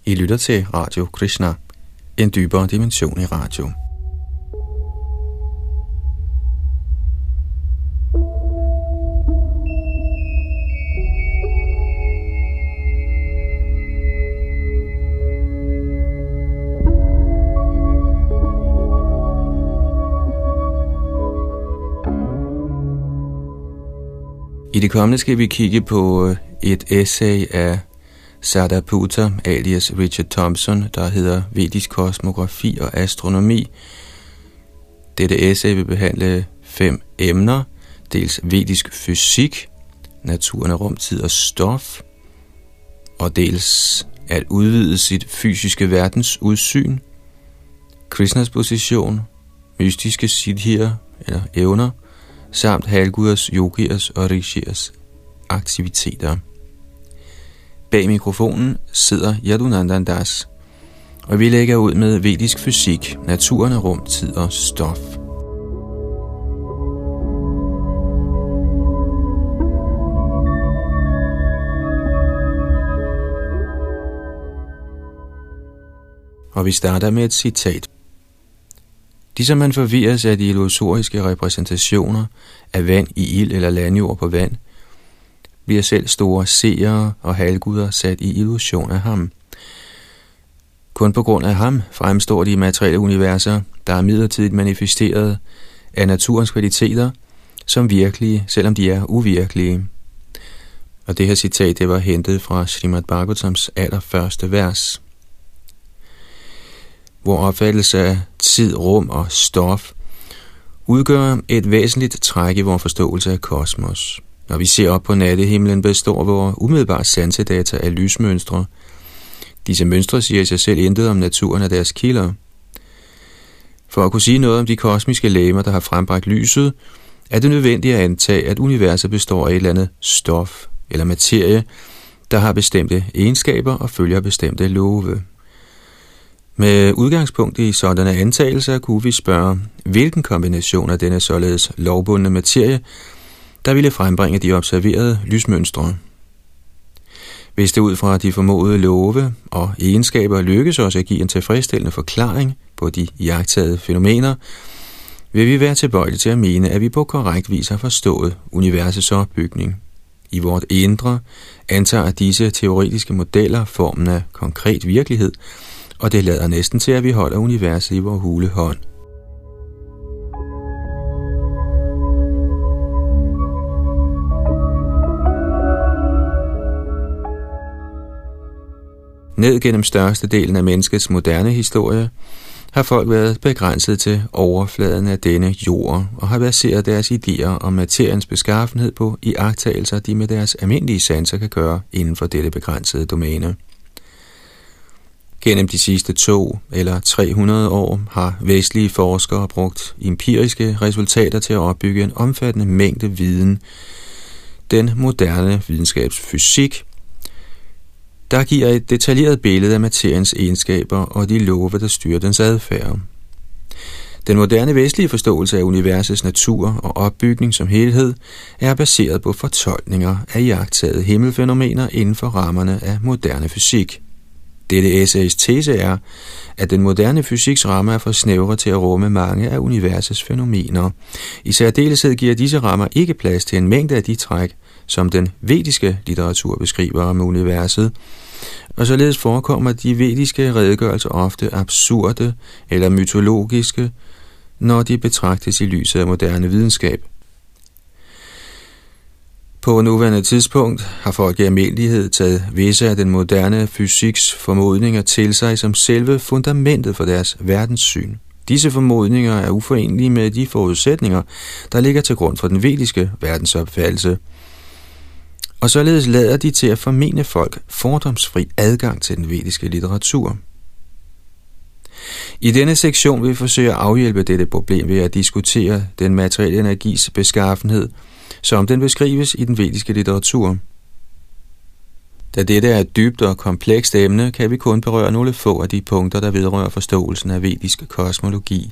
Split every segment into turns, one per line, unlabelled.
I lytter til Radio Krishna, en dybere dimension i radio. I det kommende skal vi kigge på et essay af Sariputta alias Richard Thompson, der hedder Vedisk kosmografi og astronomi. Dette essay vil behandle 5 emner, dels vedisk fysik, naturen af rum, tid og stof, og dels at udvide sit fysiske verdens udsyn, Krishnas position, mystiske siddhier eller evner, samt halvguders, yogiers og rishiers aktiviteter. Bag mikrofonen sidder Yadunandan Das, og vi lægger ud med vedisk fysik, naturen af rum, tid og stof. Og vi starter med et citat. Ligesom man forvirres af de illusoriske repræsentationer af vand i ild eller landjord på vand, bliver selv store seere og halvguder sat i illusion af ham. Kun på grund af ham fremstår de materielle universer, der er midlertidigt manifesteret af naturens kvaliteter, som virkelige, selvom de er uvirkelige. Og det her citat, det var hentet fra Srimad Bhagavatams allerførste vers, hvor opfattelse af tid, rum og stof udgør et væsentligt træk i vores forståelse af kosmos. Når vi ser op på nattehimlen, består vores umiddelbare sansedata af lysmønstre. Disse mønstre siger i sig selv intet om naturen af deres kilder. For at kunne sige noget om de kosmiske legemer, der har frembragt lyset, er det nødvendigt at antage, at universet består af et eller andet stof eller materie, der har bestemte egenskaber og følger bestemte love. Med udgangspunkt i sådanne antagelser kunne vi spørge, hvilken kombination af denne således lovbundne materie, der ville frembringe de observerede lysmønstre. Hvis det ud fra de formodede love og egenskaber lykkes os at give en tilfredsstillende forklaring på de iagttagede fænomener, vil vi være tilbøjelige til at mene, at vi på korrekt vis har forstået universets opbygning. I vort indre antager disse teoretiske modeller formen af konkret virkelighed, og det lader næsten til, at vi holder universet i vores hule hånd. Ned gennem størstedelen af menneskets moderne historie har folk været begrænset til overfladen af denne jord og har baseret deres idéer om materiens beskaffenhed på iagttagelser, de med deres almindelige sanser kan gøre inden for dette begrænsede domæne. Gennem de sidste 200 eller 300 år har vestlige forskere brugt empiriske resultater til at opbygge en omfattende mængde viden, den moderne videnskabsfysik, der giver et detaljeret billede af materiens egenskaber og de love, der styrer dens adfærd. Den moderne vestlige forståelse af universets natur og opbygning som helhed er baseret på fortolkninger af iagttagede himmelfænomener inden for rammerne af moderne fysik. Dette essays tese er, at den moderne fysiks rammer er for snævre til at rumme mange af universets fænomener. I særdeleshed giver disse rammer ikke plads til en mængde af de træk, som den vediske litteratur beskriver om universet, og således forekommer de vediske redegørelser ofte absurde eller mytologiske, når de betragtes i lyset af moderne videnskab. På nuværende tidspunkt har folk i almindelighed taget visse af den moderne fysiks formodninger til sig som selve fundamentet for deres verdenssyn. Disse formodninger er uforenelige med de forudsætninger, der ligger til grund for den vediske verdensopfattelse, og således lader de til at formene folk fordomsfri adgang til den vediske litteratur. I denne sektion vil vi forsøge at afhjælpe dette problem ved at diskutere den materielle energis beskaffenhed, som den beskrives i den vediske litteratur. Da dette er et dybt og komplekst emne, kan vi kun berøre nogle få af de punkter, der vedrører forståelsen af vedisk kosmologi.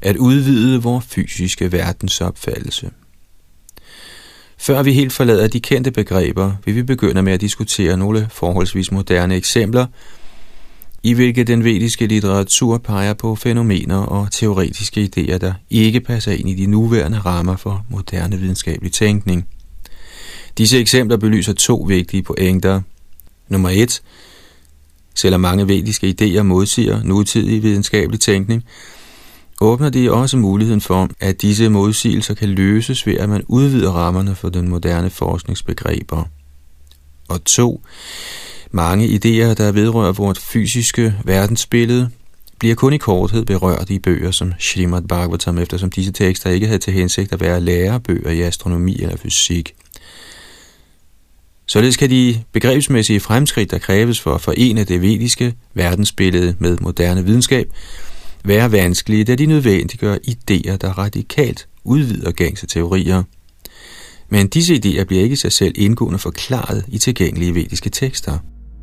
at udvide vores fysiske verdensopfattelse. Før vi helt forlader de kendte begreber, vil vi begynde med at diskutere nogle forholdsvis moderne eksempler, i hvilke den vediske litteratur peger på fænomener og teoretiske idéer, der ikke passer ind i de nuværende rammer for moderne videnskabelig tænkning. Disse eksempler belyser 2 vigtige pointer. Nummer 1. Selvom mange vediske idéer modsiger nutidig videnskabelig tænkning, åbner de også muligheden for, at disse modsigelser kan løses ved, at man udvider rammerne for den moderne forskningsbegreber. Og 2. Mange idéer, der vedrører vores fysiske verdensbillede, bliver kun i korthed berørt i bøger som Srimad Bhagavatam, eftersom disse tekster ikke havde til hensigt at være lærebøger i astronomi eller fysik. Således kan de begrebsmæssige fremskridt, der kræves for at forene det vediske verdensbillede med moderne videnskab, være vanskelige, da de nødvendiggør idéer, der radikalt udvider gængse teorier. Men disse idéer bliver ikke i sig selv indgående forklaret i tilgængelige vediske tekster.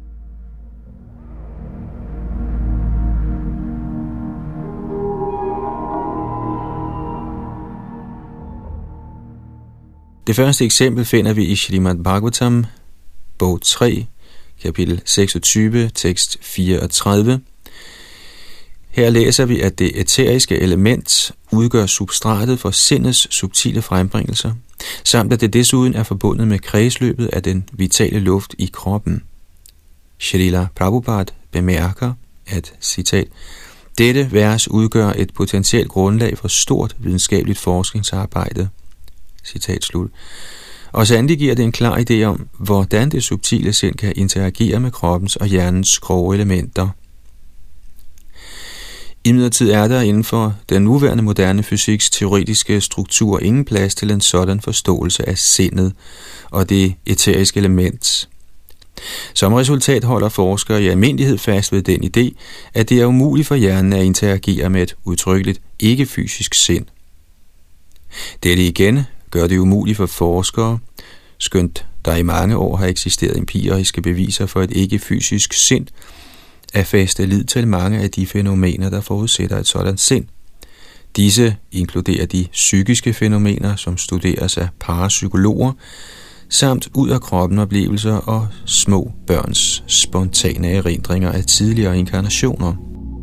Det første eksempel finder vi i Srimad Bhagavatam, bog 3, kapitel 26, tekst 34. Her læser vi, at det æteriske element udgør substratet for sindets subtile frembringelser, samt at det desuden er forbundet med kredsløbet af den vitale luft i kroppen. Srila Prabhupada bemærker, at, citat, dette vers udgør et potentielt grundlag for stort videnskabeligt forskningsarbejde. Citat slut. Og sandelig giver det en klar idé om, hvordan det subtile sind kan interagere med kroppens og hjernens grove elementer. Imidlertid er der inden for den nuværende moderne fysiks teoretiske struktur ingen plads til en sådan forståelse af sindet og det æteriske element. Som resultat holder forskere i almindelighed fast ved den idé, at det er umuligt for hjernen at interagere med et udtrykkeligt ikke-fysisk sind. Dette igen gør det umuligt for forskere, skønt der i mange år har eksisteret empiriske beviser for et ikke-fysisk sind, at fæste lid til mange af de fænomener, der forudsætter et sådan sind. Disse inkluderer de psykiske fænomener, som studeres af parapsykologer, samt ud af kroppen oplevelser og små børns spontane erindringer af tidligere inkarnationer.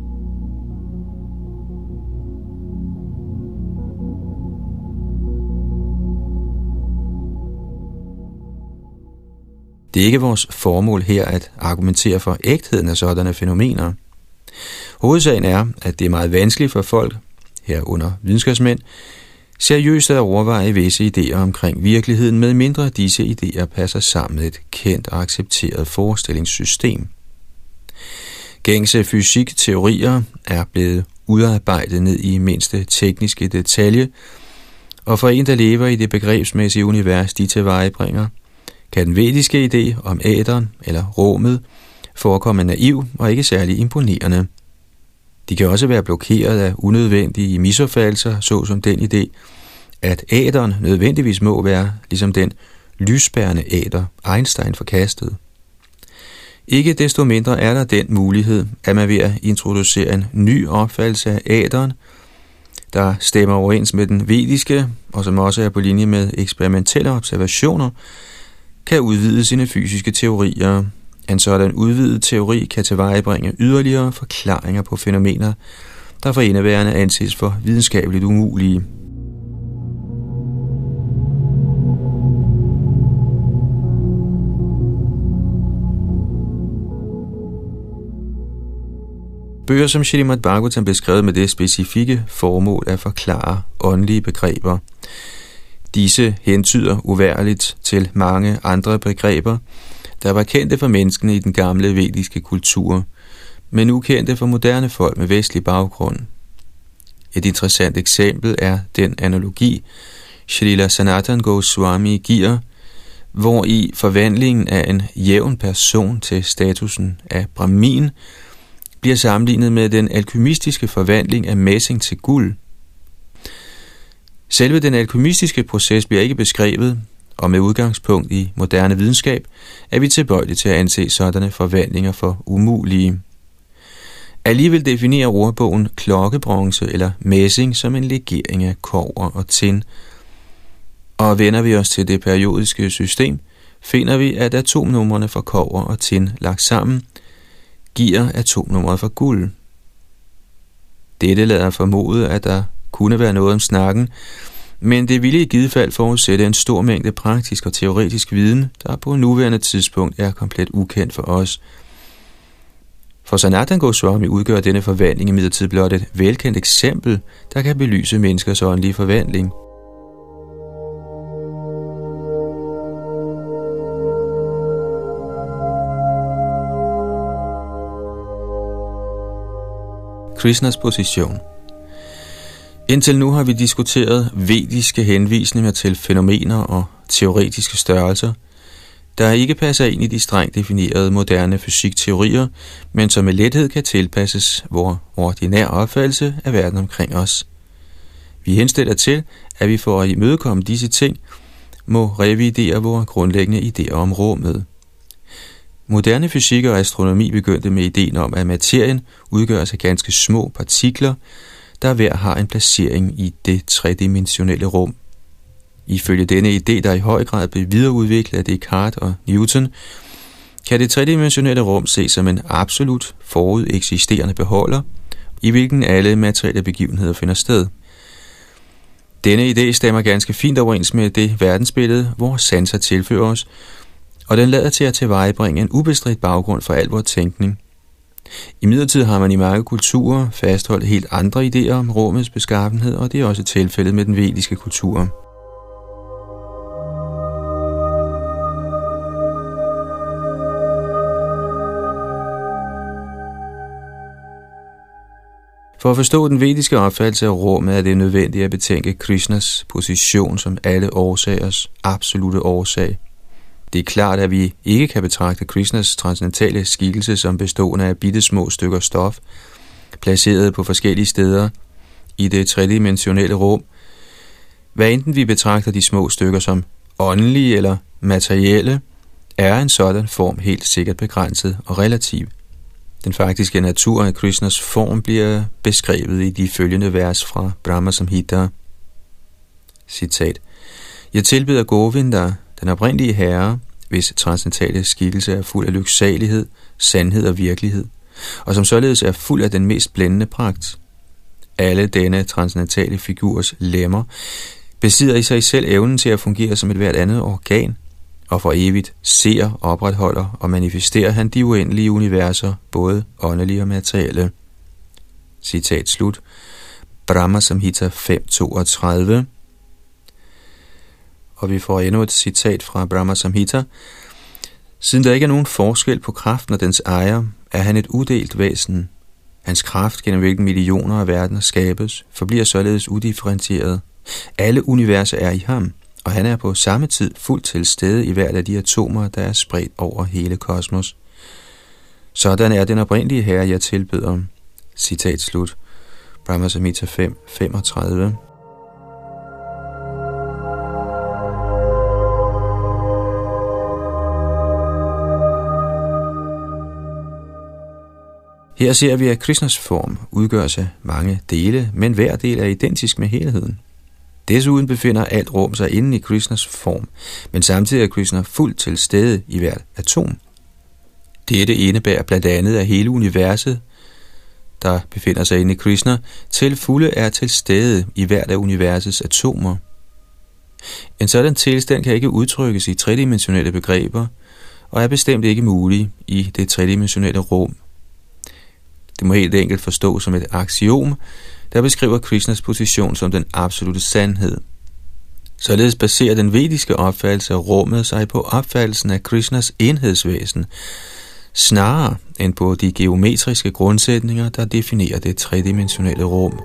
Det er ikke vores formål her at argumentere for ægtheden af sådanne fænomener. Hovedsagen er, at det er meget vanskeligt for folk, herunder videnskabsmænd, seriøst at overveje visse idéer omkring virkeligheden, med mindre disse idéer passer sammen med et kendt og accepteret forestillingssystem. Gængse fysikteorier er blevet udarbejdet ned i mindste tekniske detalje, og for en, der lever i det begrebsmæssige univers, de tilvejebringer, kan den vediske idé om æteren eller rummet forekomme naiv og ikke særlig imponerende. De kan også være blokeret af unødvendige misopfattelser, såsom den idé, at æteren nødvendigvis må være ligesom den lysbærende æter, Einstein forkastede. Ikke desto mindre er der den mulighed, at man ved at introducere en ny opfattelse af æteren, der stemmer overens med den vediske, og som også er på linje med eksperimentelle observationer, kan udvide sine fysiske teorier. En sådan udvidet teori kan tilvejebringe yderligere forklaringer på fænomener, der for indeværende anses for videnskabeligt umulige. Bøger som Srimad Bhagavatam blev skrevet med det specifikke formål at forklare åndelige begreber. Disse hentyder uværligt til mange andre begreber, der var kendte for menneskene i den gamle vediske kultur, men ukendte for moderne folk med vestlig baggrund. Et interessant eksempel er den analogi, Srila Sanatana Goswami giver, hvor i forvandlingen af en jævn person til statusen af brahmin bliver sammenlignet med den alkymistiske forvandling af messing til guld. Selve den alkymistiske proces bliver ikke beskrevet, og med udgangspunkt i moderne videnskab er vi tilbøjelige til at anse sådanne forvandlinger for umulige. Alligevel definerer ordbogen klokkebronze eller messing som en legering af kobber og tin. Og vender vi os til det periodiske system, finder vi, at atomnumrene for kobber og tin lagt sammen giver atomnummeret for guld. Dette lader formode, at der kunne være noget om snakken, men det ville i givet fald forudsætte en stor mængde praktisk og teoretisk viden, der på nuværende tidspunkt er komplet ukendt for os. For Sanatana Goswami udgør denne forvandling imidlertid blot et velkendt eksempel, der kan belyse menneskers åndelige forvandling. Krishnas position. Indtil nu har vi diskuteret vediske henvisninger til fænomener og teoretiske størrelser, der ikke passer ind i de strengt definerede moderne fysikteorier, men som med lethed kan tilpasses vores ordinære opfattelse af verden omkring os. Vi henstiller til, at vi for at imødekomme disse ting, må revidere vores grundlæggende idéer om rummet. Moderne fysik og astronomi begyndte med ideen om, at materien udgøres af ganske små partikler, der hver har en placering i det tredimensionelle rum. Ifølge denne idé, der i høj grad blev videreudviklet af Descartes og Newton, kan det tredimensionelle rum ses som en absolut forudeksisterende beholder, i hvilken alle materielle begivenheder finder sted. Denne idé stemmer ganske fint overens med det verdensbillede, hvor sanser tilfører os, og den lader til at tilvejebringe en ubestridt baggrund for al vores tænkning. Imidlertid har man i mange kulturer fastholdt helt andre idéer om rummets beskaffenhed, og det er også tilfældet med den vediske kultur. For at forstå den vediske opfattelse af rummet er det nødvendigt at betænke Krishnas position som alle årsagers absolute årsag. Det er klart, at vi ikke kan betragte Krishnas transcendentale skikkelse som bestående af bittesmå stykker stof, placeret på forskellige steder i det tredimensionelle rum. Hvad enten vi betragter de små stykker som åndelige eller materielle, er en sådan form helt sikkert begrænset og relativ. Den faktiske natur af Krishnas form bliver beskrevet i de følgende vers fra Brahma Samhita. Citat: Jeg tilbeder Govinda, den oprindelige herre, hvis transcendentale skikkelse er fuld af lyksalighed, sandhed og virkelighed, og som således er fuld af den mest blændende pragt. Alle denne transcendentale figurs lemmer besidder i sig selv evnen til at fungere som et hvert andet organ, og for evigt ser, opretholder og manifesterer han de uendelige universer, både åndelige og materielle. Citat slut. Brahma Samhita 5.32. Og vi får endnu et citat fra Brahma Samhita. Siden der ikke er nogen forskel på kraften og dens ejer, er han et udelt væsen. Hans kraft, gennem hvilken millioner af verdener skabes, forbliver således udifferentieret. Alle universer er i ham, og han er på samme tid fuldt til stede i hvert af de atomer, der er spredt over hele kosmos. Sådan er den oprindelige herre, jeg tilbeder. Citat slut. Brahma Samhita 5.35. Her ser vi, at Krishnas form udgøres af mange dele, men hver del er identisk med helheden. Desuden befinder alt rum sig inde i Krishnas form, men samtidig er Krishna fuldt til stede i hvert atom. Dette indebærer blandt andet, at hele universet, der befinder sig inde i Krishna, til fulde er til stede i hvert af universets atomer. En sådan tilstand kan ikke udtrykkes i tredimensionelle begreber, og er bestemt ikke mulig i det tredimensionelle rum. Det må helt enkelt forstås som et aksiom, der beskriver Krishnas position som den absolute sandhed. Således baserer den vediske opfattelse af rummet sig på opfattelsen af Krishnas enhedsvæsen, snarere end på de geometriske grundsætninger, der definerer det tredimensionelle rum.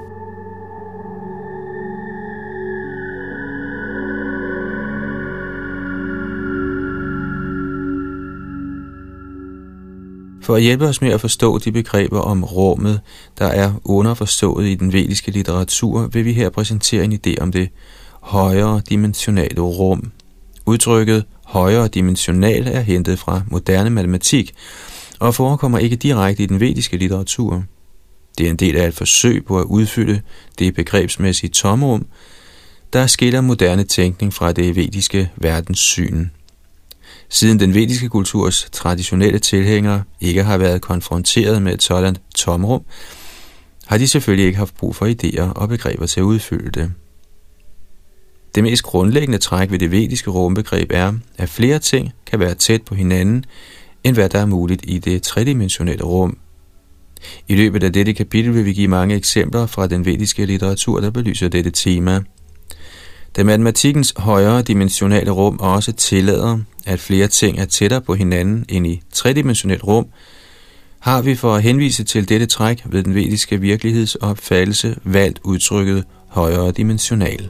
For at hjælpe os med at forstå de begreber om rummet, der er underforstået i den vediske litteratur, vil vi her præsentere en idé om det højere dimensionale rum. Udtrykket højere dimensional er hentet fra moderne matematik og forekommer ikke direkte i den vediske litteratur. Det er en del af et forsøg på at udfylde det begrebsmæssige tomrum, der skiller moderne tænkning fra det vediske verdenssyn. Siden den vediske kulturs traditionelle tilhængere ikke har været konfronteret med et sådant tomrum, har de selvfølgelig ikke haft brug for idéer og begreber til at udfylde det. Det mest grundlæggende træk ved det vediske rumbegreb er, at flere ting kan være tæt på hinanden, end hvad der er muligt i det tredimensionelle rum. I løbet af dette kapitel vil vi give mange eksempler fra den vediske litteratur, der belyser dette tema. Da matematikkens højere dimensionale rum også tillader, at flere ting er tættere på hinanden end i tredimensionelt rum, har vi for at henvise til dette træk ved den vediske virkelighedsopfattelse valgt udtrykket højere dimensional.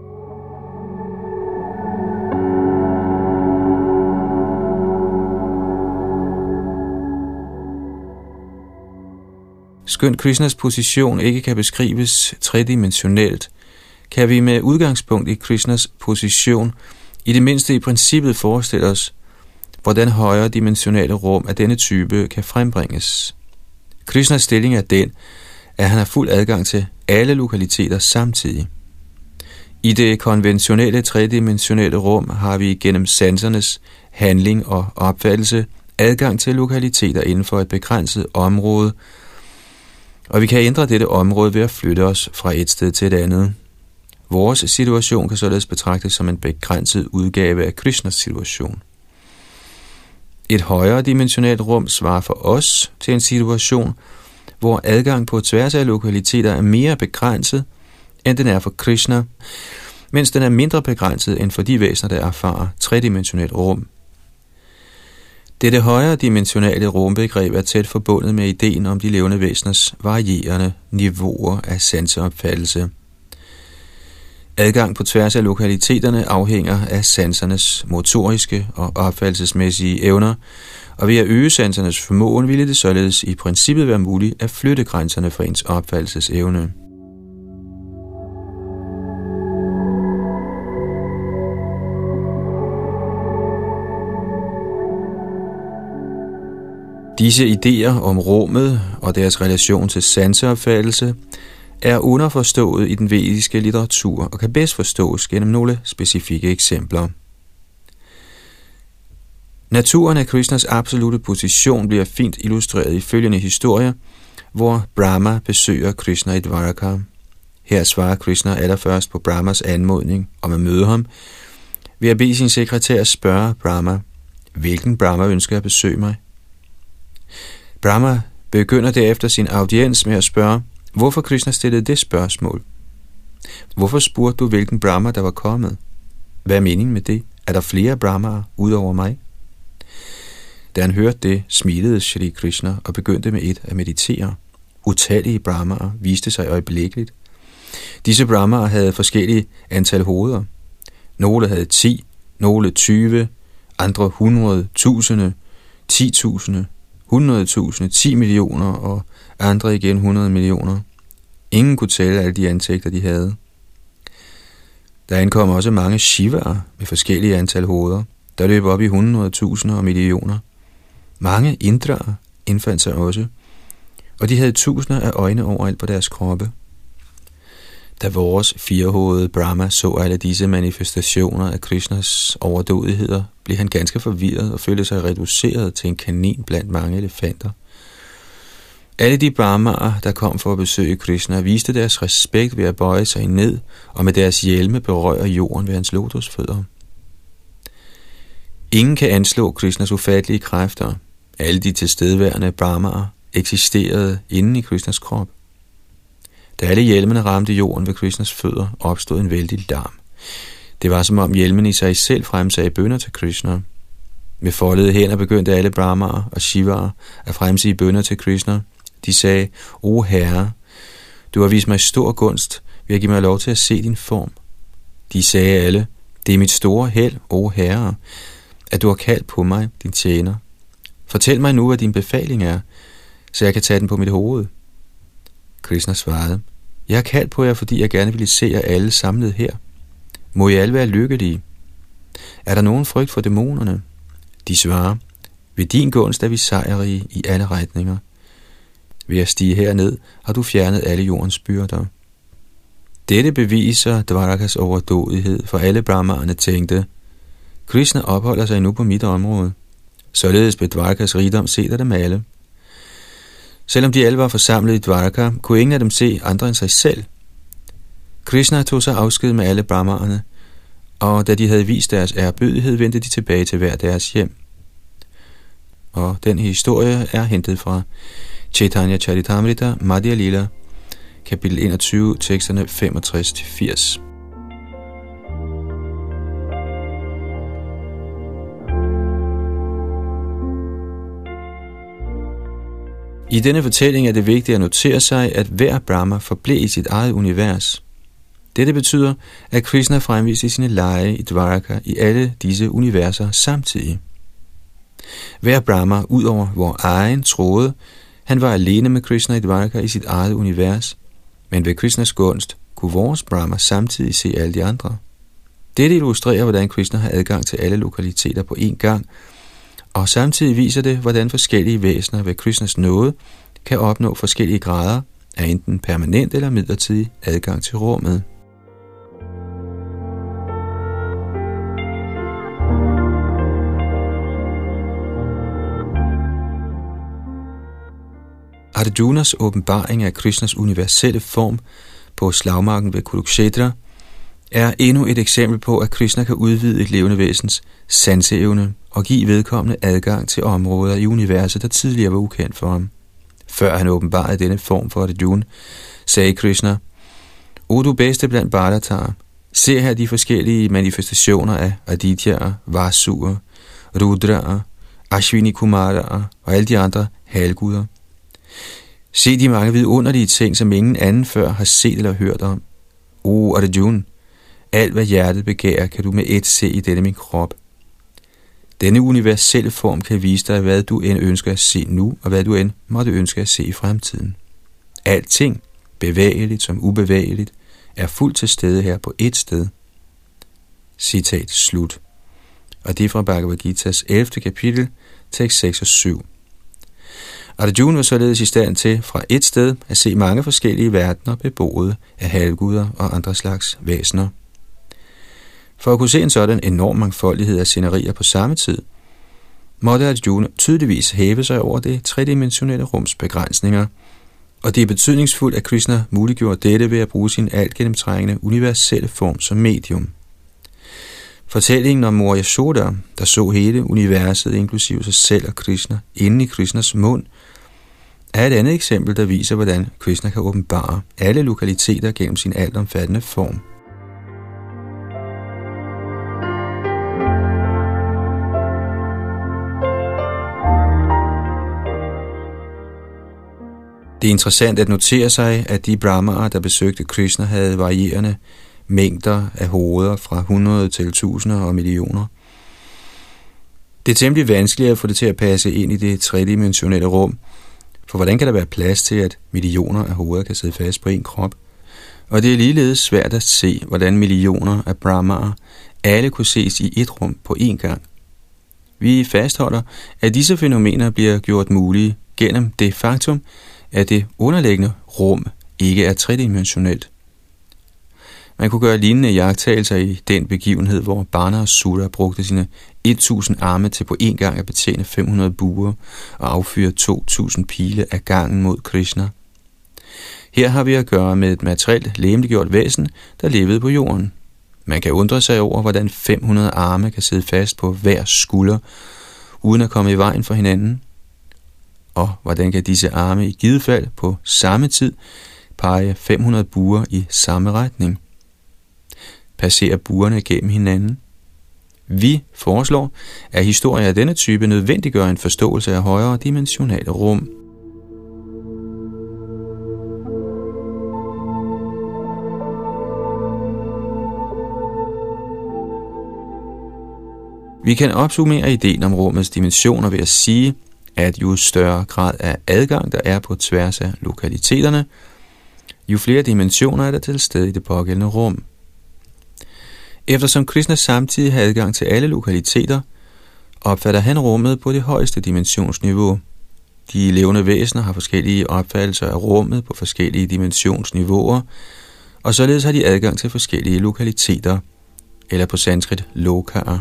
Skønt Krishnas position ikke kan beskrives tredimensionelt, kan vi med udgangspunkt i Krishnas position i det mindste i princippet forestille os, hvordan højere dimensionale rum af denne type kan frembringes. Krishnas stilling er den, at han har fuld adgang til alle lokaliteter samtidig. I det konventionelle tredimensionelle rum har vi gennem sansernes handling og opfattelse adgang til lokaliteter inden for et begrænset område, og vi kan ændre dette område ved at flytte os fra et sted til et andet. Vores situation kan således betragtes som en begrænset udgave af Krishnas situation. Et højere dimensionalt rum svarer for os til en situation, hvor adgang på tværs af lokaliteter er mere begrænset, end den er for Krishna, mens den er mindre begrænset end for de væsener, der erfarer tredimensionelt rum. Dette højere dimensionale rumbegreb er tæt forbundet med ideen om de levende væseners varierende niveauer af sanseopfattelse. Adgang på tværs af lokaliteterne afhænger af sansernes motoriske og opfattelsesmæssige evner, og ved at øge sansernes formåen ville det således i princippet være muligt at flytte grænserne for ens opfattelsesevne. Disse idéer om rummet og deres relation til sanseopfattelse er underforstået i den vediske litteratur og kan bedst forstås gennem nogle specifikke eksempler. Naturen af Krishnas absolute position bliver fint illustreret i følgende historie, hvor Brahma besøger Krishna i Dvaraka. Her svarer Krishna allerførst på Brahmas anmodning om at møde ham, ved at bede sin sekretær at spørge Brahma, hvilken Brahma ønsker at besøge mig. Brahma begynder derefter sin audiens med at spørge, hvorfor Krishna stillede det spørgsmål. Hvorfor spurgte du, hvilken Brahma der var kommet? Hvad er meningen med det? Er der flere Brahmaer ud over mig? Da han hørte det, smilede Shri Krishna og begyndte med at meditere. Utallige Brahmaer viste sig øjeblikkeligt. Disse Brahmaer havde forskellige antal hoveder. Nogle havde 10, nogle 20, andre 100, 1000, 10.000, 100.000, 10 millioner og andre igen 100 millioner. Ingen kunne tælle alle de ansigter, de havde. Der ankom også mange Shivaer med forskellige antal hoveder, der løb op i 100.000 og millioner. Mange Indraer indfandt sig også, og de havde tusinder af øjne overalt på deres kroppe. Da vores firehovedede Brahma så alle disse manifestationer af Krishnas overdådigheder, blev han ganske forvirret og følte sig reduceret til en kanin blandt mange elefanter. Alle de Brahmaer, der kom for at besøge Krishna, viste deres respekt ved at bøje sig ned og med deres hjelme berøre jorden ved hans lotusfødder. Ingen kan anslå Krishnas ufattelige kræfter. Alle de tilstedeværende Brahmaer eksisterede inde i Krishnas krop. Da alle hjelmene ramte jorden ved Krishnas fødder, opstod en vældig larm. Det var som om hjelmen i sig selv fremsagde bønner til Krishna. Med foldede hænder begyndte alle Brahmaer og Shivaer at fremsige bønner til Krishna. De sagde, O Herre, du har vist mig stor gunst ved at give mig lov til at se din form. De sagde alle, det er mit store held, O Herre, at du har kaldt på mig, din tjener. Fortæl mig nu, hvad din befaling er, så jeg kan tage den på mit hoved. Krishna svarede, jeg har kaldt på jer, fordi jeg gerne ville se jer alle samlet her. Må I alle være lykkelige? Er der nogen frygt for dæmonerne? De svarer, ved din gunst er vi sejrige i alle retninger. Ved at stige herned har du fjernet alle jordens byrder. Dette beviser Dvarakas overdådighed, for alle brahmaerne tænkte, Krishna opholder sig nu på mit område. Således blev Dvarakas rigdom set af dem alle. Selvom de alle var forsamlet i Dvaraka, kunne ingen af dem se andre end sig selv. Krishna tog sig afsked med alle brahmaerne, og da de havde vist deres ærbødighed, vendte de tilbage til hver deres hjem. Og den historie er hentet fra Chaitanya Charitamrita, Madhya Lila, kapitel 21, teksterne 65-80. I denne fortælling er det vigtigt at notere sig, at hver brahma forblev i sit eget univers. Dette betyder, at Krishna fremviste sine lege i Dvaraka i alle disse universer samtidig. Hver brahma, ud over vor egen, troede, han var alene med Krishna i Dvaraka i sit eget univers, men ved Krishnas gunst kunne vores brahma samtidig se alle de andre. Dette illustrerer, hvordan Krishna har adgang til alle lokaliteter på én gang, og samtidig viser det, hvordan forskellige væsener ved Krishnas nåde kan opnå forskellige grader af enten permanent eller midlertidig adgang til rummet. Arjunas åbenbaring af Krishnas universelle form på slagmarken ved Kurukshetra er endnu et eksempel på, at Krishna kan udvide et levende væsens sanseevne og give vedkommende adgang til områder i universet, der tidligere var ukendt for ham. Før han åbenbarede denne form for Arjuna, sagde Krishna, O du bedste blandt Bharataer, se her de forskellige manifestationer af Adityaer, Vasuer, Rudraer, Ashwini Kumaraer og alle de andre halvguder. Se de mange vidunderlige ting, som ingen anden før har set eller hørt om. O Arjuna, alt hvad hjertet begærer, kan du med ét se i denne min krop. Denne universelle form kan vise dig, hvad du end ønsker at se nu, og hvad du end måtte ønske at se i fremtiden. Alting, bevægeligt som ubevægeligt, er fuldt til stede her på ét sted. Citat slut. Og det er fra Bhagavad Gita's 11. kapitel, tekst 6 og 7. Arjuna var således i stand til fra et sted at se mange forskellige verdener beboet af halvguder og andre slags væsener. For at kunne se en sådan enorm mangfoldighed af scenerier på samme tid, måtte Arjuna tydeligvis hæve sig over det tredimensionelle rums begrænsninger, og det er betydningsfuldt, at Krishna muliggjorde dette ved at bruge sin alt gennemtrængende universelle form som medium. Fortællingen om mor Yashoda, der så hele universet, inklusive sig selv og Krishna, inde i Krishnas mund, er et andet eksempel, der viser, hvordan Krishna kan åbenbare alle lokaliteter gennem sin altomfattende form. Det er interessant at notere sig, at de brahmaer, der besøgte Krishna, havde varierende mængder af hoveder fra 100 til tusinder og millioner. Det er temmelig vanskeligt at få det til at passe ind i det tredimensionelle rum, for hvordan kan der være plads til, at millioner af hoveder kan sidde fast på en krop? Og det er ligeledes svært at se, hvordan millioner af brahmaer alle kunne ses i et rum på én gang. Vi fastholder, at disse fænomener bliver gjort mulige gennem det faktum, at det underliggende rum ikke er tredimensionelt. Man kunne gøre lignende iagttagelser i den begivenhed, hvor Banasura brugte sine 1000 arme til på én gang at betjene 500 buer og affyre 2000 pile af gangen mod Krishna. Her har vi at gøre med et materielt legemliggjort væsen, der levede på jorden. Man kan undre sig over, hvordan 500 arme kan sidde fast på hver skulder, uden at komme i vejen for hinanden. Og hvordan kan disse arme i givet fald på samme tid pege 500 buer i samme retning? Passerer buerne gennem hinanden? Vi foreslår, at historier af denne type nødvendiggør en forståelse af højere dimensionale rum. Vi kan opsummere ideen om rummets dimensioner ved at sige, at jo større grad af adgang der er på tværs af lokaliteterne, jo flere dimensioner er der til stede i det pågældende rum. Eftersom Krishna samtidig har adgang til alle lokaliteter, opfatter han rummet på det højeste dimensionsniveau. De levende væsener har forskellige opfattelser af rummet på forskellige dimensionsniveauer, og således har de adgang til forskellige lokaliteter, eller på sanskrit lokaer.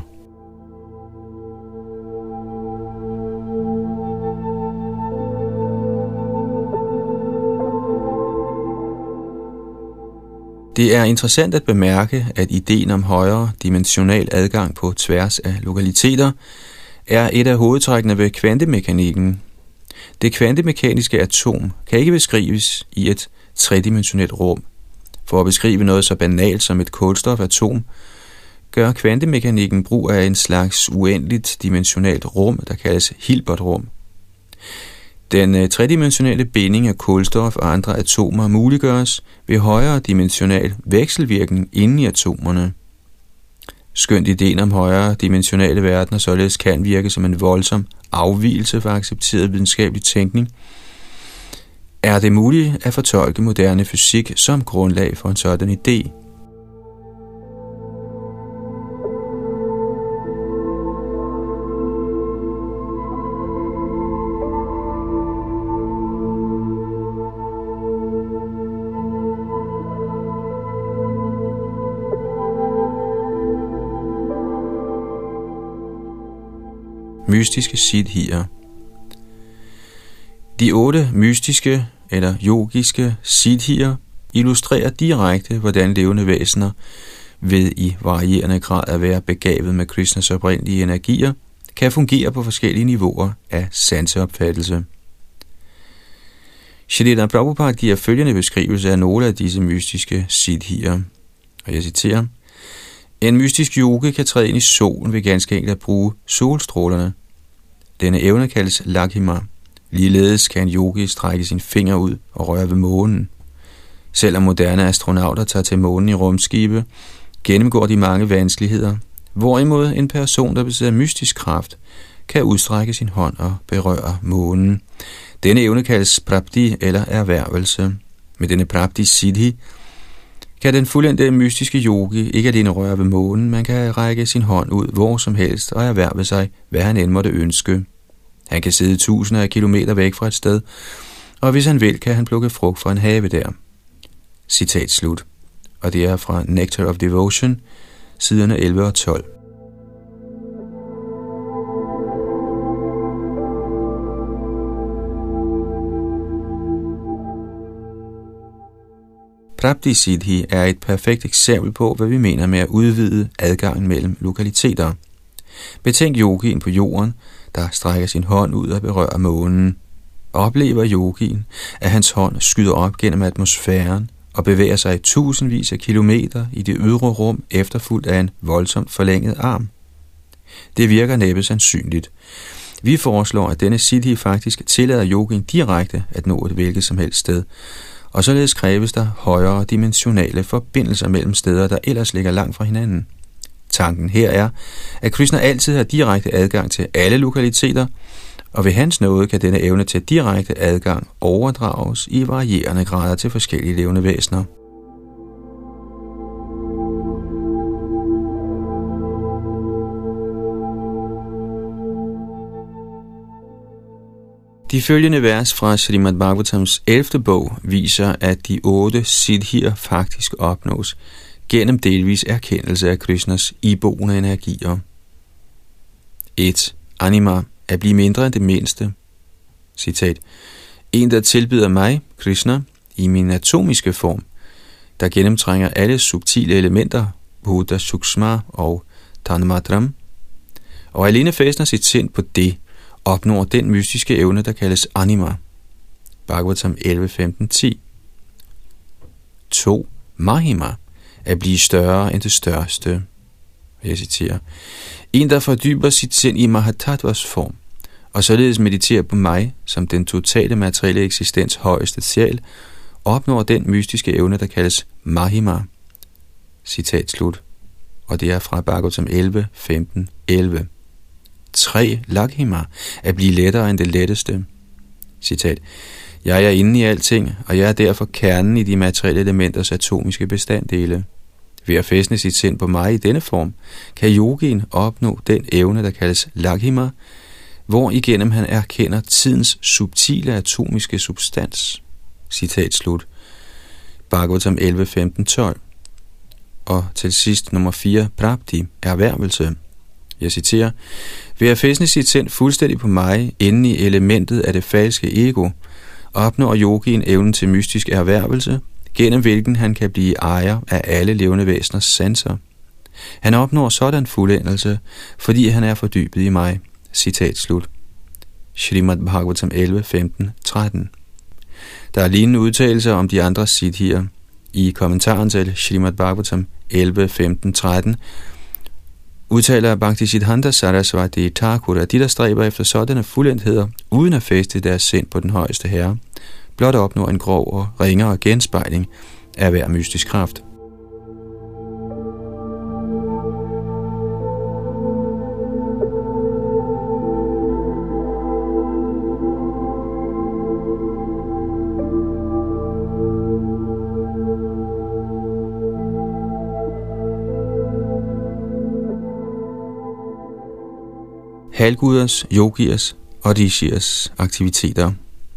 Det er interessant at bemærke, at ideen om højere dimensional adgang på tværs af lokaliteter er et af hovedtrækkene ved kvantemekanikken. Det kvantemekaniske atom kan ikke beskrives i et tredimensionelt rum. For at beskrive noget så banalt som et kulstofatom, gør kvantemekanikken brug af en slags uendeligt dimensionalt rum, der kaldes Hilbertrum. Den tredimensionelle binding af kulstof og andre atomer muliggøres ved højere dimensional vekselvirkning inde i atomerne. Skønt ideen om højere dimensionale verdener således kan virke som en voldsom afvigelse fra accepteret videnskabelig tænkning, er det muligt at fortolke moderne fysik som grundlag for en sådan idé. Mystiske siddhier. De 8 mystiske eller yogiske siddhier illustrerer direkte, hvordan levende væsener ved i varierende grad at være begavet med Krishnas oprindelige energier, kan fungere på forskellige niveauer af sanseopfattelse. Shrila Prabhupada giver følgende beskrivelse af nogle af disse mystiske siddhier, og jeg citerer: En mystisk yogi kan træde ind i solen ved ganske enkelt at bruge solstrålerne. Denne evne kaldes laghima. Ligeledes kan en yogi strække sin finger ud og røre ved månen. Selvom moderne astronauter tager til månen i rumskibe, gennemgår de mange vanskeligheder, hvorimod en person, der besidder mystisk kraft, kan udstrække sin hånd og berøre månen. Denne evne kaldes prapti eller erhvervelse. Med denne prapti siddhi kan den fuldendte mystiske yogi ikke alene røre ved månen, man kan række sin hånd ud hvor som helst og erhverve sig, hvad han end måtte ønske. Han kan sidde tusinder af kilometer væk fra et sted, og hvis han vil, kan han plukke frugt fra en have der. Citat slut. Og det er fra Nectar of Devotion, siderne 11 og 12. Prapti Siddhi er et perfekt eksempel på, hvad vi mener med at udvide adgangen mellem lokaliteter. Betænk yogien på jorden, der strækker sin hånd ud og berører månen. Oplever yogien, at hans hånd skyder op gennem atmosfæren og bevæger sig i tusindvis af kilometer i det ydre rum, efterfulgt af en voldsomt forlænget arm. Det virker næppe sandsynligt. Vi foreslår, at denne siddhi faktisk tillader yogien direkte at nå et hvilket som helst sted, og således kræves der højere dimensionale forbindelser mellem steder, der ellers ligger langt fra hinanden. Tanken her er, at Krishna altid har direkte adgang til alle lokaliteter, og ved hans nåde kan denne evne til direkte adgang overdrages i varierende grader til forskellige levende væsener. De følgende vers fra Srimad Bhagavatams 11. bog viser, at de 8 siddhier faktisk opnås gennem delvis erkendelse af Krishnas iboende energier. 1. Anima, at blive mindre end det mindste. Citat: En, der tilbyder mig, Krishna, i min atomiske form, der gennemtrænger alle subtile elementer, Buddha Sukshma og Tanmatram, og alene fæstner sit sind på det, opnår den mystiske evne, der kaldes anima. Bhagavatam 11.15.10. 2. Mahima, at blive større end det største. Jeg citerer: En, der fordyber sit sind i Mahatatvas form, og således mediterer på mig som den totale materielle eksistens højeste sjæl, opnår den mystiske evne, der kaldes Mahima. Citat slut. Og det er fra Bhagavatam 11.15.11. 3. Laghima, at blive lettere end det letteste. Citat: Jeg er inde i alting, og jeg er derfor kernen i de materielle elementers atomiske bestanddele. Ved at fæstne sit sind på mig i denne form, kan yogien opnå den evne, der kaldes Laghima, hvor igennem han erkender tidens subtile atomiske substans. Citat slut. Bhagavatam 11, 15, 12. Og til sidst nummer 4, prapti, erhvervelse. Jeg citerer: ved at fæstne sit sind fuldstændig på mig, inde i elementet af det falske ego, opnår yogien evnen til mystisk erhvervelse, gennem hvilken han kan blive ejer af alle levende væseners sanser. Han opnår sådan fuldendelse, fordi han er fordybet i mig. Citat slut. Srimad Bhagavatam 11, 15, 13. Der er lignende udtalelser om de andre siddhier. I kommentaren til Srimad Bhagavatam 11, 15, 13 udtaler Bhaktisiddhanta Sarasvati Thakur, at de, der stræber efter sådanne fuldendtheder, uden at fæste deres sind på den højeste herre, blot opnår en grov og ringere genspejling af hver mystisk kraft. Halvguders, yogiers og rishiers aktiviteter.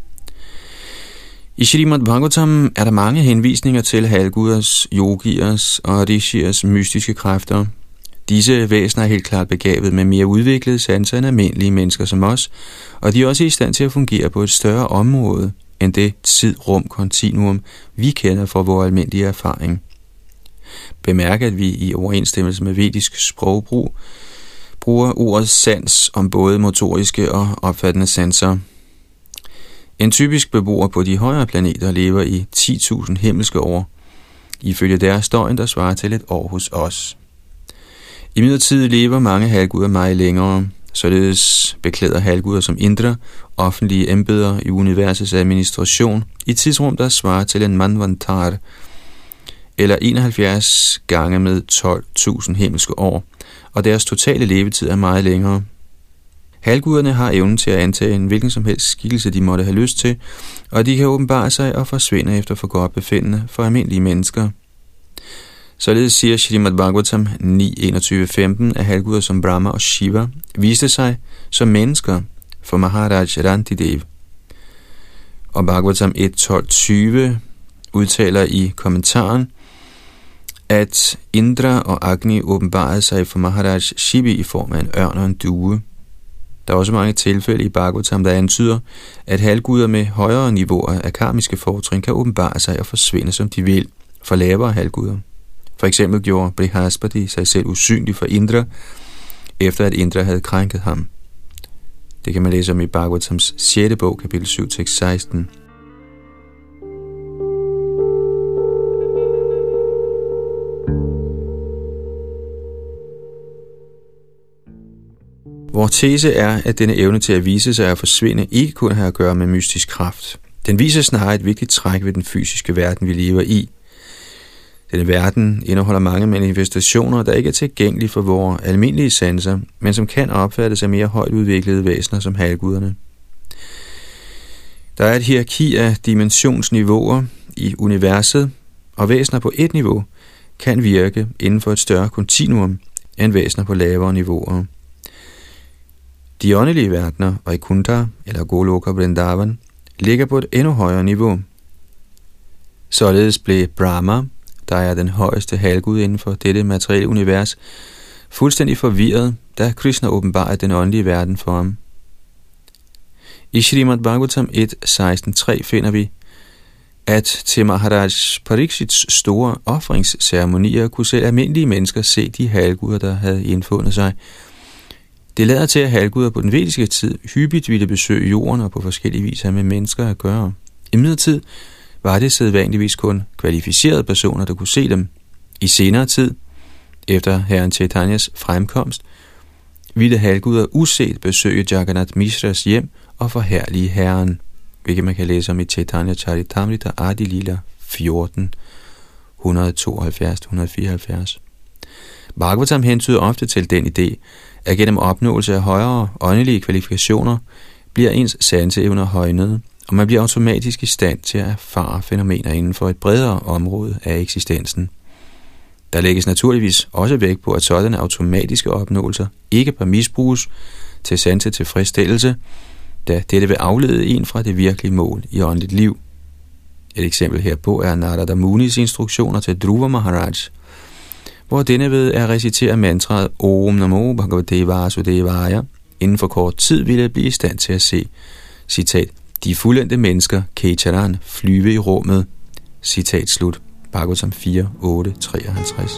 I Srimad Bhagavatam er der mange henvisninger til halvguders, yogiers og rishiers mystiske kræfter. Disse væsener er helt klart begavet med mere udviklede sanser end almindelige mennesker som os, og de er også i stand til at fungere på et større område end det tid-rum-kontinuum, vi kender fra vores almindelige erfaring. Bemærk, at vi i overensstemmelse med vedisk sprogbrug bruger ordet sans om både motoriske og opfattende sanser. En typisk beboer på de højere planeter lever i 10.000 himmelske år, ifølge deres døgn, der svarer til et år hos os. Imidlertid lever mange halvguder meget længere, således beklæder halvguder som Indra offentlige embeder i universets administration i tidsrum, der svarer til en manvantar, eller 71 gange med 12.000 himmelske år, og deres totale levetid er meget længere. Halvguderne har evnen til at antage en hvilken som helst skikkelse, de måtte have lyst til, og de kan åbenbare sig og forsvinde efter forgodtbefindende for almindelige mennesker. Således siger Srimad Bhagavatam 9.21.15, at halvguder som Brahma og Shiva viste sig som mennesker for Maharaj Rantidev. Og Bhagavatam 1.12.20 udtaler i kommentaren, at Indra og Agni åbenbarede sig for Maharaj Shiva i form af en ørn og en due. Der er også mange tilfælde i Bhagavatam, der antyder, at halvguder med højere niveauer af karmiske fortrin kan åbenbare sig og forsvinde, som de vil, for lavere halvguder. For eksempel gjorde Brihaspati sig selv usynlig for Indra, efter at Indra havde krænket ham. Det kan man læse om i Bhagavatams 6. bog, kapitel 7, tekst 16. Vor tese er, at denne evne til at vise sig og forsvinde ikke kun har at gøre med mystisk kraft. Den viser snarere et vigtigt træk ved den fysiske verden, vi lever i. Denne verden indeholder mange manifestationer, der ikke er tilgængelige for vores almindelige sanser, men som kan opfattes af mere højt udviklede væsener som halvguderne. Der er et hierarki af dimensionsniveauer i universet, og væsener på et niveau kan virke inden for et større kontinuum end væsener på lavere niveauer. De åndelige verdener, Vaikuntha eller Goloka Vrindavan, ligger på et endnu højere niveau. Således blev Brahma, der er den højeste halvgud inden for dette materielle univers, fuldstændig forvirret, da Krishna åbenbarede den åndelige verden for ham. I Srimad Bhagavatam 1.16.3 finder vi, at til Maharaj Parikshits store ofringsceremonier kunne selv almindelige mennesker se de halvguder, der havde indfundet sig. Det lader til, at halvguder på den vediske tid hyppigt ville besøge jorden og på forskellige vis have med mennesker at gøre. Imidlertid var det sædvanligvis kun kvalificerede personer, der kunne se dem. I senere tid, efter herren Chaitanyas fremkomst, ville halvguder uset besøge Jagannath Mishras hjem og forherlige herren, hvilket man kan læse om i Chaitanya Charitamrita Adi Lila 14, 172-174. Bhagavatam hentyder ofte til den idé, at gennem opnåelse af højere åndelige kvalifikationer bliver ens sanseevner højnet, og man bliver automatisk i stand til at erfare fænomener inden for et bredere område af eksistensen. Der lægges naturligvis også vægt på, at sådanne automatiske opnåelser ikke bør misbruges til sanse tilfredsstillelse, da dette vil aflede en fra det virkelige mål i åndeligt liv. Et eksempel herpå er Narada Munis instruktioner til Dhruva Maharaj, hvor denne ved at recitere mantraet Om Namo Bhagavate Vasudevaya inden for kort tid ville blive i stand til at se, citat, de fuldendte mennesker, Kecharan, flyve i rummet, citat slut, Bhagavatam 4, 8, 53.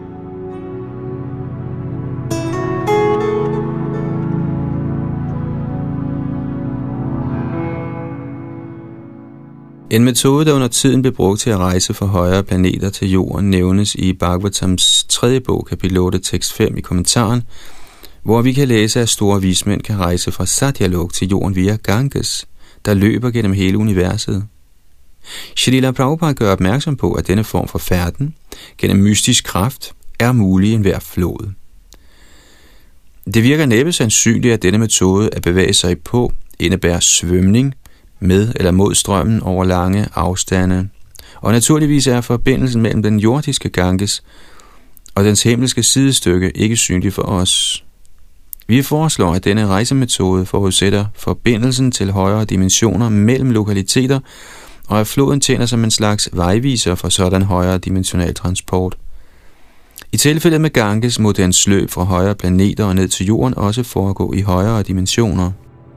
En metode, der under tiden blev brugt til at rejse fra højere planeter til jorden, nævnes i Bhagavatams 3. bog, kapitel 8, tekst 5 i kommentaren, hvor vi kan læse, at store vismænd kan rejse fra Satyalok til jorden via Ganges, der løber gennem hele universet. Srila Prabhupada gør opmærksom på, at denne form for færden gennem mystisk kraft er mulig i enhver flod. Det virker næppe sandsynligt, at denne metode at bevæge sig på indebærer svømning med eller mod strømmen over lange afstande, og naturligvis er forbindelsen mellem den jordiske Ganges og dens himmelske sidestykke ikke synlig for os. Vi foreslår, at denne rejsemetode forudsætter forbindelsen til højere dimensioner mellem lokaliteter, og at floden tjener som en slags vejviser for sådan højere dimensional transport. I tilfældet med Ganges må dens løb fra højere planeter og ned til jorden også foregå i højere dimensioner.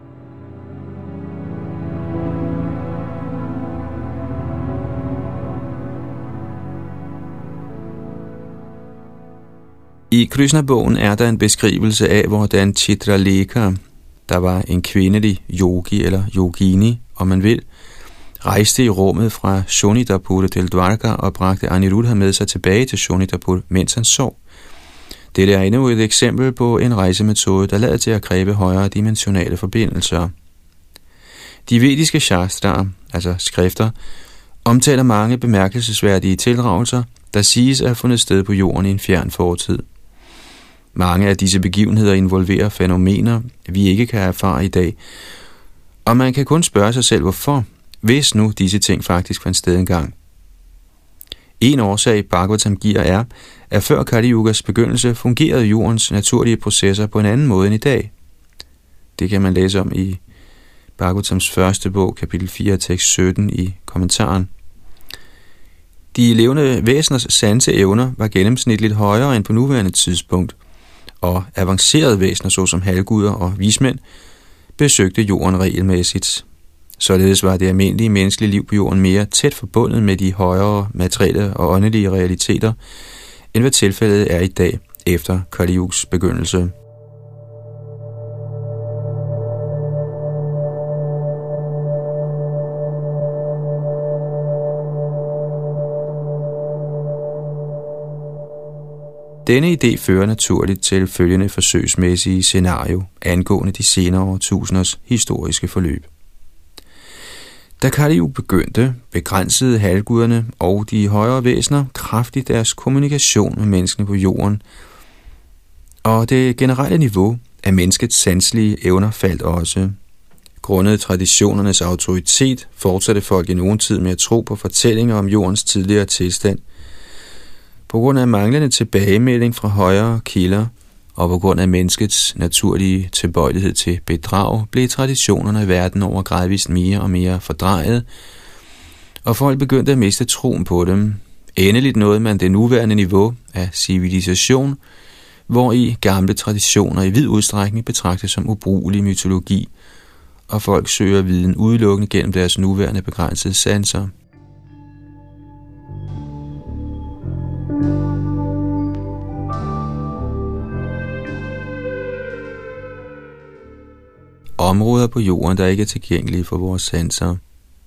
I Krishna-bogen er der en beskrivelse af, hvordan Chitralekha, der var en kvindelig yogi eller yogini, om man vil, rejste i rummet fra Shonitapur til Dwarka og bragte Aniruddha med sig tilbage til Shonitapur, mens han sov. Dette er endnu et eksempel på en rejsemetode, der lader til at kræve højere dimensionale forbindelser. De vediske shastraer, altså skrifter, omtaler mange bemærkelsesværdige tildragelser, der siges at have fundet sted på jorden i en fjern fortid. Mange af disse begivenheder involverer fænomener, vi ikke kan erfare i dag, og man kan kun spørge sig selv, hvorfor, hvis nu disse ting faktisk fandt sted engang. En årsag, Bhagavatam giver, er, at før Kali Yugas begyndelse fungerede jordens naturlige processer på en anden måde end i dag. Det kan man læse om i Bhagavatams 1. bog, kapitel 4, tekst 17 i kommentaren. De levende væseners sanseevner var gennemsnitligt højere end på nuværende tidspunkt, og avancerede væsener såsom halvguder og vismænd besøgte jorden regelmæssigt. Således var det almindelige menneskelige liv på jorden mere tæt forbundet med de højere materielle og åndelige realiteter, end hvad tilfældet er i dag efter Kali Yugas begyndelse. Denne idé fører naturligt til følgende forsøgsmæssige scenario angående de senere årtusinders historiske forløb. Da Kali Yuga begyndte, begrænsede halvguderne og de højere væsener kraftigt deres kommunikation med menneskene på jorden, og det generelle niveau af menneskets sanselige evner faldt også. Grundet traditionernes autoritet fortsatte folk i nogen tid med at tro på fortællinger om jordens tidligere tilstand. På grund af manglende tilbagemelding fra højere kilder, og på grund af menneskets naturlige tilbøjelighed til bedrag, blev traditionerne i verden over gradvist mere og mere fordrejet, og folk begyndte at miste troen på dem. Endeligt nåede man det nuværende niveau af civilisation, hvor i gamle traditioner i vid udstrækning betragtes som ubrugelig mytologi, og folk søger viden udelukkende gennem deres nuværende begrænsede sanser. Områder på jorden, der ikke er tilgængelige for vores sanser.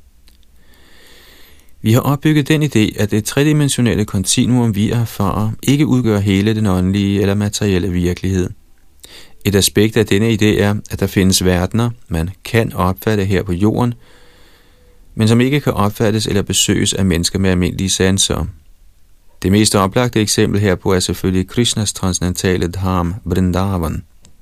Vi har opbygget den idé, at det tredimensionelle kontinuum, vi erfarer, ikke udgør hele den åndelige eller materielle virkelighed. Et aspekt af denne idé er, at der findes verdener, man kan opfatte her på jorden, men som ikke kan opfattes eller besøges af mennesker med almindelige sanser. Det mest oplagte eksempel herpå er selvfølgelig Krishnas transcendentale dham, Vrindavan.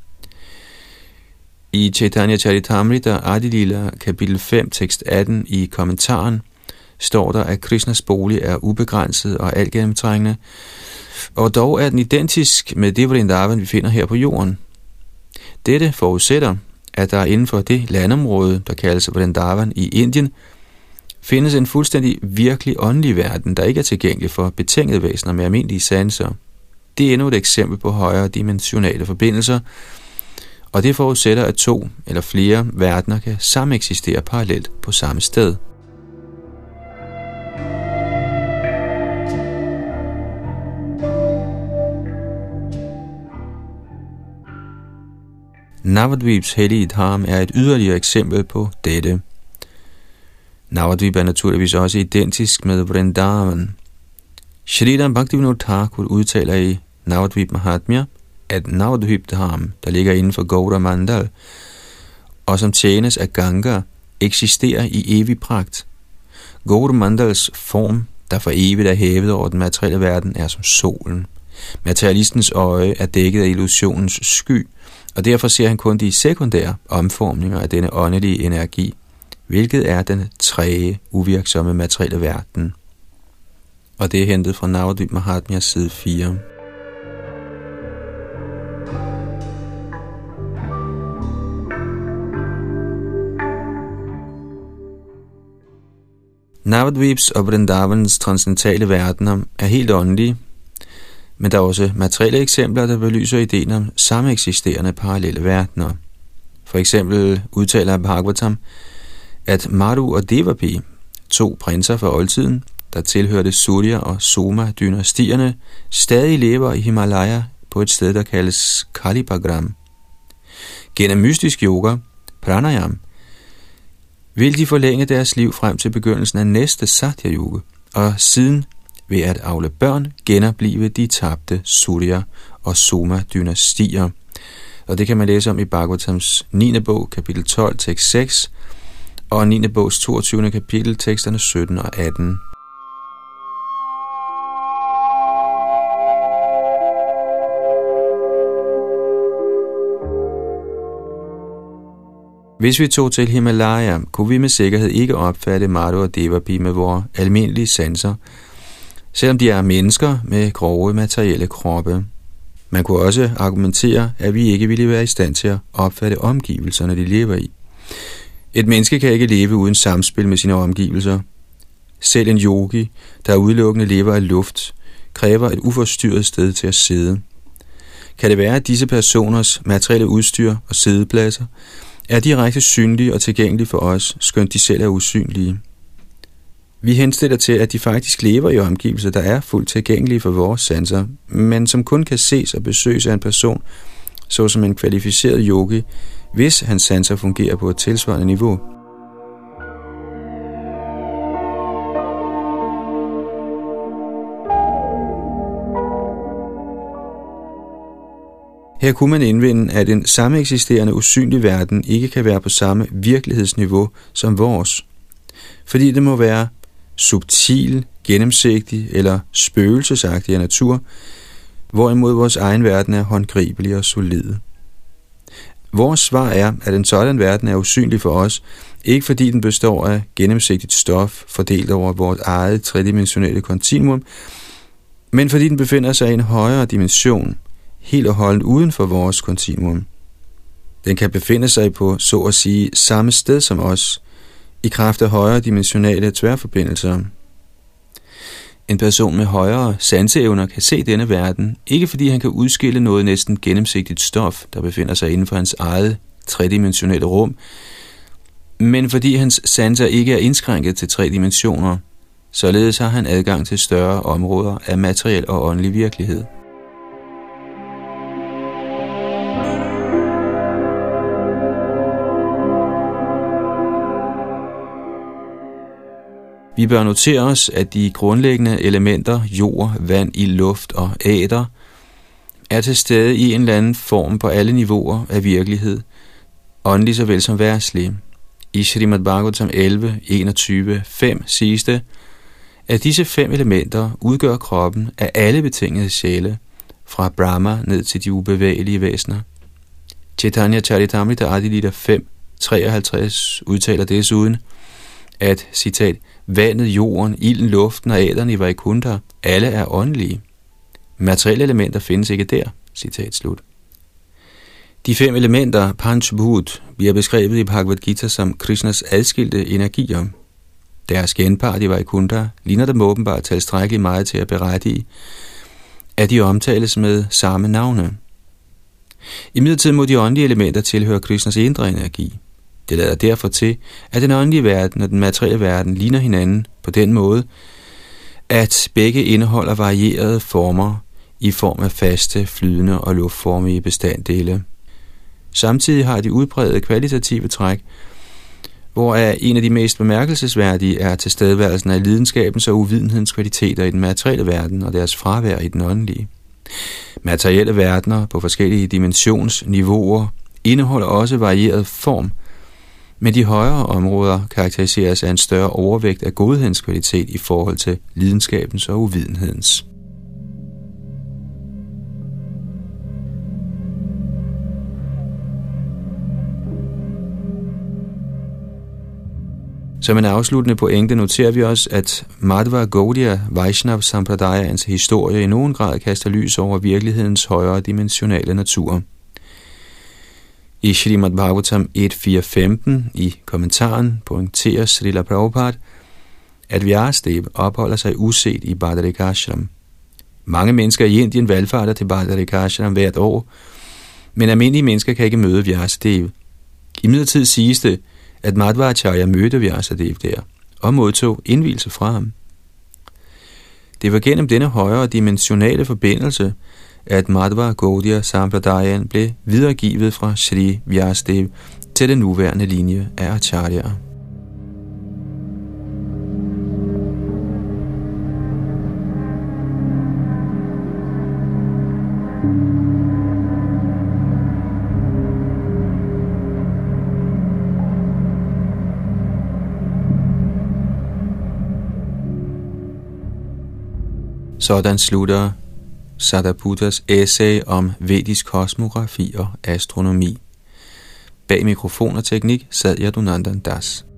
I Chaitanya Charitamrita Adilila, kapitel 5, tekst 18 i kommentaren, står der, at Krishnas bolig er ubegrænset og altgennemtrængende, og dog er den identisk med det Vrindavan, vi finder her på jorden. Dette forudsætter, at der inden for det landområde, der kaldes Vrindavan i Indien, findes en fuldstændig virkelig åndelig verden, der ikke er tilgængelig for betingede væsener med almindelige sanser. Det er endnu et eksempel på højere dimensionale forbindelser, og det forudsætter, at 2 eller flere verdener kan sameksistere parallelt på samme sted. Navadvips hellige dham er et yderligere eksempel på dette. Navadvip er naturligvis også identisk med Vrindavan. Sridhar Bhaktivinoda Thakur udtaler i Navadvip Mahatmya, at Navadvip Dham, der ligger inden for Gaura Mandal, og som tjenes af Ganga, eksisterer i evig pragt. Gaura Mandals form, der for evigt er hævet over den materielle verden, er som solen. Materialistens øje er dækket af illusionens sky, og derfor ser han kun de sekundære omformninger af denne åndelige energi, hvilket er den træge, uvirksomme materielle verden. Og det er hentet fra Navadvip Mahatmya side 4. Navadvips og Vrindavans transcendentale verdener er helt åndelige, men der er også materielle eksempler, der belyser ideen om sameksisterende parallelle verdener. For eksempel udtaler Bhagavatam, at Maru og Devapi, 2 prinser fra oldtiden, der tilhørte Surya og Soma-dynastierne, stadig lever i Himalaya på et sted, der kaldes Kalipagram. Gennem mystisk yoga, pranayam, vil de forlænge deres liv frem til begyndelsen af næste Satya-yuga, og siden ved at avle børn genoplive de tabte Surya og Soma-dynastier. Og det kan man læse om i Bhagavatams 9. bog, kapitel 12, tekst 6, og 9. bogs 22. kapitel, teksterne 17 og 18. Hvis vi tog til Himalaya, kunne vi med sikkerhed ikke opfatte Maru og Devapi med vores almindelige sanser, selvom de er mennesker med grove materielle kroppe. Man kunne også argumentere, at vi ikke ville være i stand til at opfatte omgivelserne, de lever i. Et menneske kan ikke leve uden samspil med sine omgivelser. Selv en yogi, der udelukkende lever af luft, kræver et uforstyrret sted til at sidde. Kan det være, at disse personers materielle udstyr og siddepladser er direkte synlige og tilgængelige for os, skønt de selv er usynlige? Vi henstiller til, at de faktisk lever i omgivelser, der er fuldt tilgængelige for vores sanser, men som kun kan ses og besøges af en person, såsom en kvalificeret yogi, hvis hans sanser fungerer på et tilsvarende niveau. Her kunne man indvende, at en sameksisterende usynlig verden ikke kan være på samme virkelighedsniveau som vores, fordi det må være subtil, gennemsigtig eller spøgelsesagtig af natur, hvorimod vores egen verden er håndgribelig og solid. Vores svar er, at en sådan verden er usynlig for os, ikke fordi den består af gennemsigtigt stof fordelt over vores eget tredimensionelle kontinuum, men fordi den befinder sig i en højere dimension, helt og holdent uden for vores kontinuum. Den kan befinde sig på, så at sige, samme sted som os, i kraft af højere dimensionale tværforbindelser. En person med højere sanseevner kan se denne verden, ikke fordi han kan udskille noget næsten gennemsigtigt stof, der befinder sig inden for hans eget tredimensionelle rum, men fordi hans sanser ikke er indskrænket til 3 dimensioner, således har han adgang til større områder af materiel og åndelig virkelighed. Vi bør notere os, at de grundlæggende elementer, jord, vand, ild, luft og æter, er til stede i en eller anden form på alle niveauer af virkelighed, åndelig såvel som verdslig. I Srimad Bhagavatam 11, 21, 5 siges det, at disse 5 elementer udgør kroppen af alle betingede sjæle, fra Brahma ned til de ubevægelige væsener. Chaitanya Charitamrita Adilita 5, 53 udtaler desuden, at, citat, vandet, jorden, ilden, luften og æderne i Vaikuntha, alle er åndelige. Materielle elementer findes ikke der, citat slut. De 5 elementer, Panchbhut, bliver beskrevet i Bhagavad Gita som Krishnas adskilte energier. Deres genpart i Vaikuntha ligner dem åbenbart tilstrækkeligt meget til at berettige, at de omtales med samme navne. Imidlertid må de åndelige elementer tilhøre Krishnas indre energi. Det lader derfor til, at den åndelige verden og den materielle verden ligner hinanden på den måde, at begge indeholder varierede former i form af faste, flydende og luftformige bestanddele. Samtidig har de udprægede kvalitative træk, hvoraf en af de mest bemærkelsesværdige er tilstedeværelsen af lidenskabens og uvidenhedens kvaliteter i den materielle verden og deres fravær i den åndelige. Materielle verdener på forskellige dimensionsniveauer indeholder også varieret form, men de højere områder karakteriseres af en større overvægt af godhedens kvalitet i forhold til lidenskabens og uvidenhedens. Som en afsluttende pointe noterer vi os, at Madhva Gaudiya Vaishnav Sampradayans historie i nogen grad kaster lys over virkelighedens højere dimensionale natur. I Srimad Bhagavatam 1.4.15 i kommentaren pointerer Srila Prabhupada, at Vyasadeva opholder sig uset i Badarikashram. Mange mennesker i Indien valfarter til Badarikashram hvert år, men almindelige mennesker kan ikke møde Vyasadeva. Imidlertid siges det, at Madhvacharya mødte Vyasadeva der og modtog indvielse fra ham. Det var gennem denne højere dimensionale forbindelse, at Madhva Gaudiya Sampradayan blev videregivet fra Shri Vyasadeva til den nuværende linje af Acharya. Sådan slutter Sadaputas essay om vedisk kosmografi og astronomi. Bag mikrofon og teknik sad Yadunandan Das.